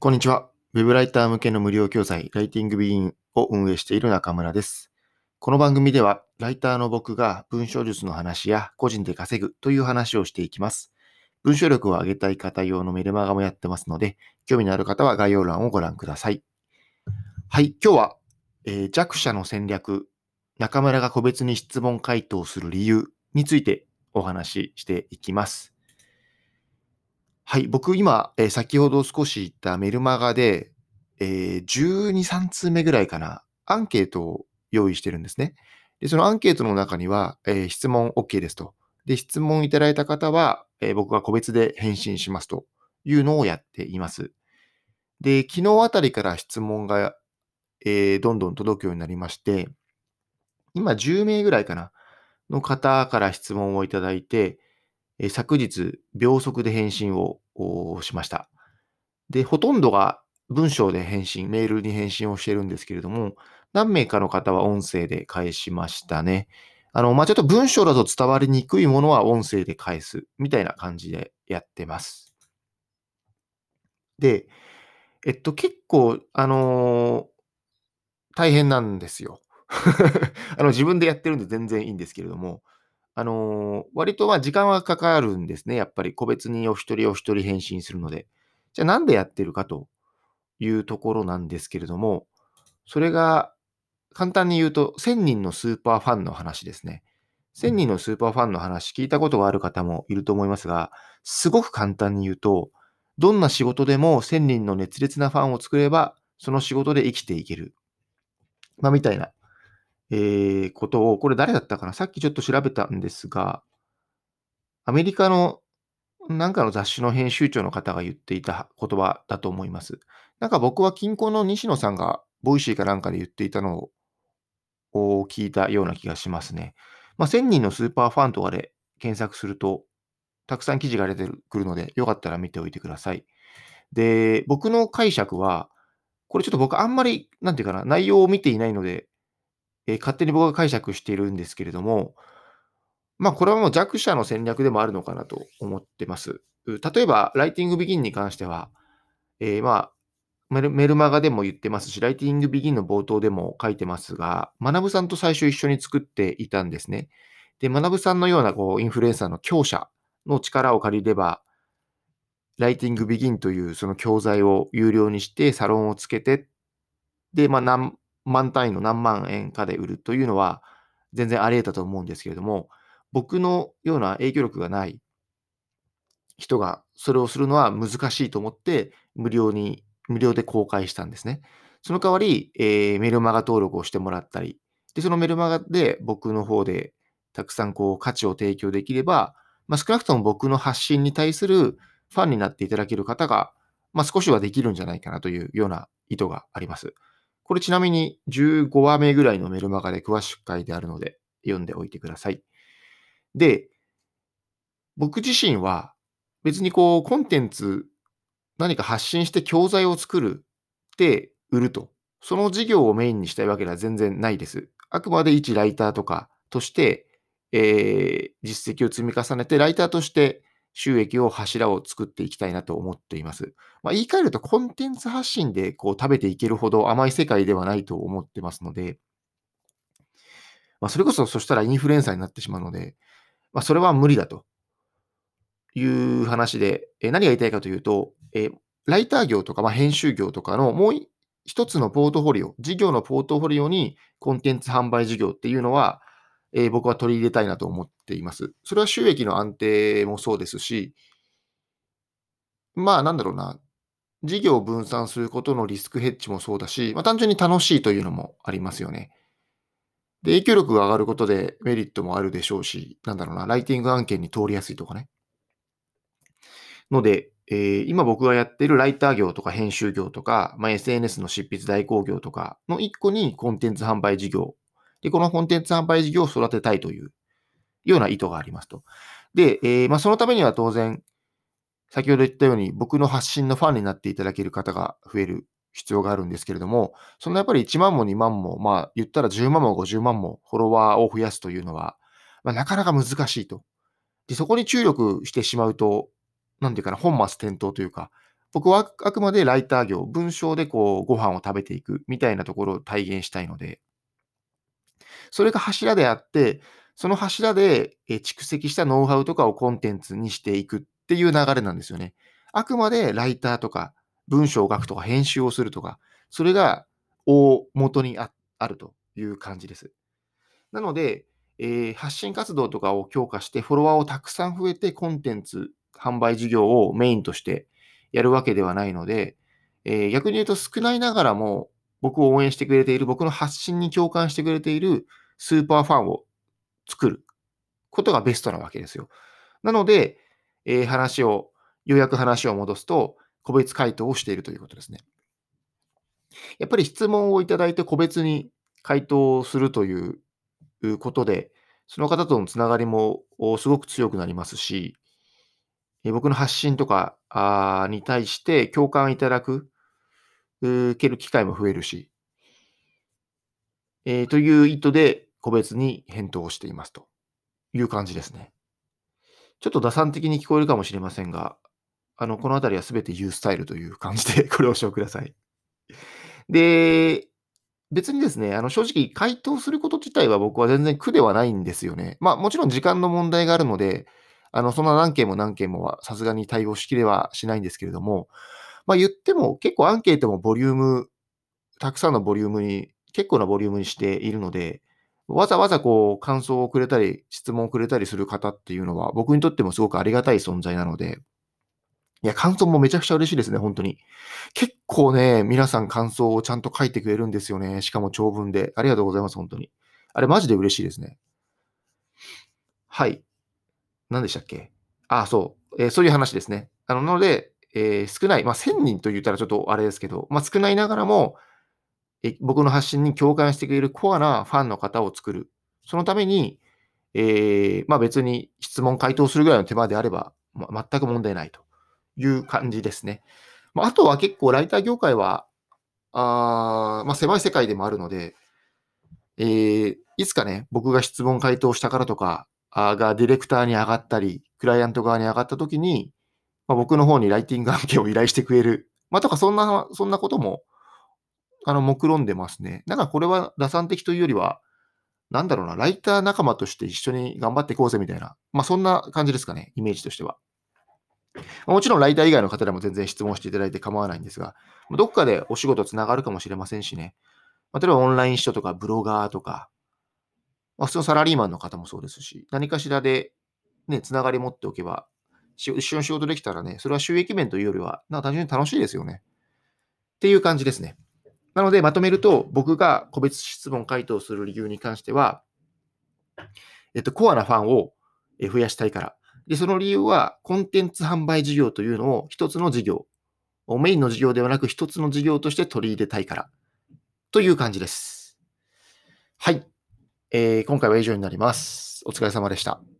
こんにちは。ウェブライター向けの無料教材、ライティングビギンを運営している中村です。この番組では、ライターの僕が文章術の話や個人で稼ぐという話をしていきます。文章力を上げたい方用のメルマガもやってますので、興味のある方は概要欄をご覧ください。はい、今日は、弱者の戦略、中村が個別に質問回答する理由についてお話ししていきます。はい、僕今、先ほど少し言ったメルマガで、12、3通目ぐらいかな、アンケートを用意してるんですね。で、そのアンケートの中には、質問 OK ですと。で、質問いただいた方は、僕が個別で返信しますというのをやっています。で、昨日あたりから質問が、どんどん届くようになりまして、今10名ぐらいかな、の方から質問をいただいて、昨日、秒速で返信をしました。で、ほとんどが文章で返信、メールに返信をしているんですけれども、何名かの方は音声で返しましたね。ちょっと文章だと伝わりにくいものは音声で返すみたいな感じでやってます。で、結構、大変なんですよ。自分でやってるんで全然いいんですけれども、割と時間はかかるんですね。やっぱり個別にお一人お一人返信するので。じゃあなんでやってるかというところなんですけれども、それが簡単に言うと、1000人のスーパーファンの話ですね。1000人のスーパーファンの話、聞いたことがある方もいると思いますが、すごく簡単に言うと、どんな仕事でも1000人の熱烈なファンを作れば、その仕事で生きていける。みたいな、ことを、これ誰だったかな、さっきちょっと調べたんですが、アメリカのなんかの雑誌の編集長の方が言っていた言葉だと思います。なんか僕は近郊の西野さんがボイシーかなんかで言っていたのを聞いたような気がしますね。1000人のスーパーファンとかで検索すると、たくさん記事が出てくるので、よかったら見ておいてください。で、僕の解釈は、これちょっと僕あんまり、なんていうかな、内容を見ていないので、勝手に僕が解釈しているんですけれども、これはもう弱者の戦略でもあるのかなと思ってます。例えば、ライティングビギンに関しては、メルマガでも言ってますし、ライティングビギンの冒頭でも書いてますが、学さんと最初一緒に作っていたんですね。で、学さんのようなインフルエンサーの強者の力を借りれば、ライティングビギンというその教材を有料にしてサロンをつけて、で、何万単位の何万円かで売るというのは全然あり得たと思うんですけれども、僕のような影響力がない人がそれをするのは難しいと思って、無料で公開したんですね。その代わり、メルマガ登録をしてもらったり、で、そのメルマガで僕の方でたくさん価値を提供できれば、少なくとも僕の発信に対するファンになっていただける方が、少しはできるんじゃないかなというような意図があります。これちなみに15話目ぐらいのメルマガで詳しく書いてあるので、読んでおいてください。で、僕自身は別にコンテンツ何か発信して教材を作るで売ると。その事業をメインにしたいわけでは全然ないです。あくまで一ライターとかとして、実績を積み重ねて、ライターとして収益を柱を作っていきたいなと思っています。言い換えるとコンテンツ発信で食べていけるほど甘い世界ではないと思ってますので、それこそそしたらインフルエンサーになってしまうので、それは無理だという話で、何が言いたいかというと、ライター業とか、編集業とかのもう一つのポートフォリオ、事業のポートフォリオにコンテンツ販売事業っていうのは、僕は取り入れたいなと思っています。それは収益の安定もそうですし、なんだろうな、事業を分散することのリスクヘッジもそうだし、単純に楽しいというのもありますよね。で、影響力が上がることでメリットもあるでしょうし、なんだろうな、ライティング案件に通りやすいとかね。ので、今僕がやっているライター業とか編集業とか、SNS の執筆代行業とかの一個にコンテンツ販売事業。で、このコンテンツ販売事業を育てたいというような意図がありますと。で、そのためには当然、先ほど言ったように僕の発信のファンになっていただける方が増える必要があるんですけれども、そのやっぱり1万も2万も、言ったら10万も50万もフォロワーを増やすというのは、なかなか難しいと。で、そこに注力してしまうと、なんていうかな、本末転倒というか、 僕はあくまでライター業、文章でこうご飯を食べていくみたいなところを体現したいので、それが柱であって、その柱で蓄積したノウハウとかをコンテンツにしていくっていう流れなんですよね。あくまでライターとか文章を書くとか編集をするとか、それが大元にあるという感じです。なので、発信活動とかを強化して、フォロワーをたくさん増えて、コンテンツ販売事業をメインとしてやるわけではないので、逆に言うと少ないながらも、僕を応援してくれている、僕の発信に共感してくれているスーパーファンを作ることがベストなわけですよ。なので、ようやく話を戻すと、個別回答をしているということですね。やっぱり質問をいただいて個別に回答するということで、その方とのつながりもすごく強くなりますし、僕の発信とかに対して共感いただく、受ける機会も増えるし、という意図で個別に返答をしていますという感じですね。ちょっと打算的に聞こえるかもしれませんが、このあたりは全てユースタイルという感じでご了承ください。で、別にですね、正直回答すること自体は僕は全然苦ではないんですよね。もちろん時間の問題があるので、そんな何件も何件もはさすがに対応しきれはしないんですけれども、言っても結構アンケートもたくさんのボリュームに、結構なボリュームにしているので、わざわざこう感想をくれたり、質問をくれたりする方っていうのは、僕にとってもすごくありがたい存在なので、いや、感想もめちゃくちゃ嬉しいですね、本当に。結構ね、皆さん感想をちゃんと書いてくれるんですよね。しかも長文で。ありがとうございます、本当に。あれマジで嬉しいですね。はい。何でしたっけ？そう。そういう話ですね。なので、少ない、1000人と言ったらちょっとあれですけど、少ないながらも、僕の発信に共感してくれるコアなファンの方を作る。そのために、別に質問回答するぐらいの手間であれば、全く問題ないという感じですね。あとは結構ライター業界は、狭い世界でもあるので、いつかね、僕が質問回答したからとか、がディレクターに上がったり、クライアント側に上がった時に、僕の方にライティング案件を依頼してくれる。とかそんなことも、目論んでますね。だからこれは打算的というよりは、なんだろうな、ライター仲間として一緒に頑張っていこうぜみたいな、そんな感じですかね、イメージとしては。もちろんライター以外の方でも全然質問していただいて構わないんですが、どこかでお仕事つながるかもしれませんしね。例えばオンライン秘書とかブロガーとか、普通のサラリーマンの方もそうですし、何かしらでね、つながり持っておけば、一緒に仕事できたらね、それは収益面というよりは、単純に楽しいですよね。っていう感じですね。なので、まとめると、僕が個別質問回答する理由に関しては、コアなファンを増やしたいから。で、その理由は、コンテンツ販売事業というのを一つの事業、メインの事業ではなく一つの事業として取り入れたいから。という感じです。はい。今回は以上になります。お疲れ様でした。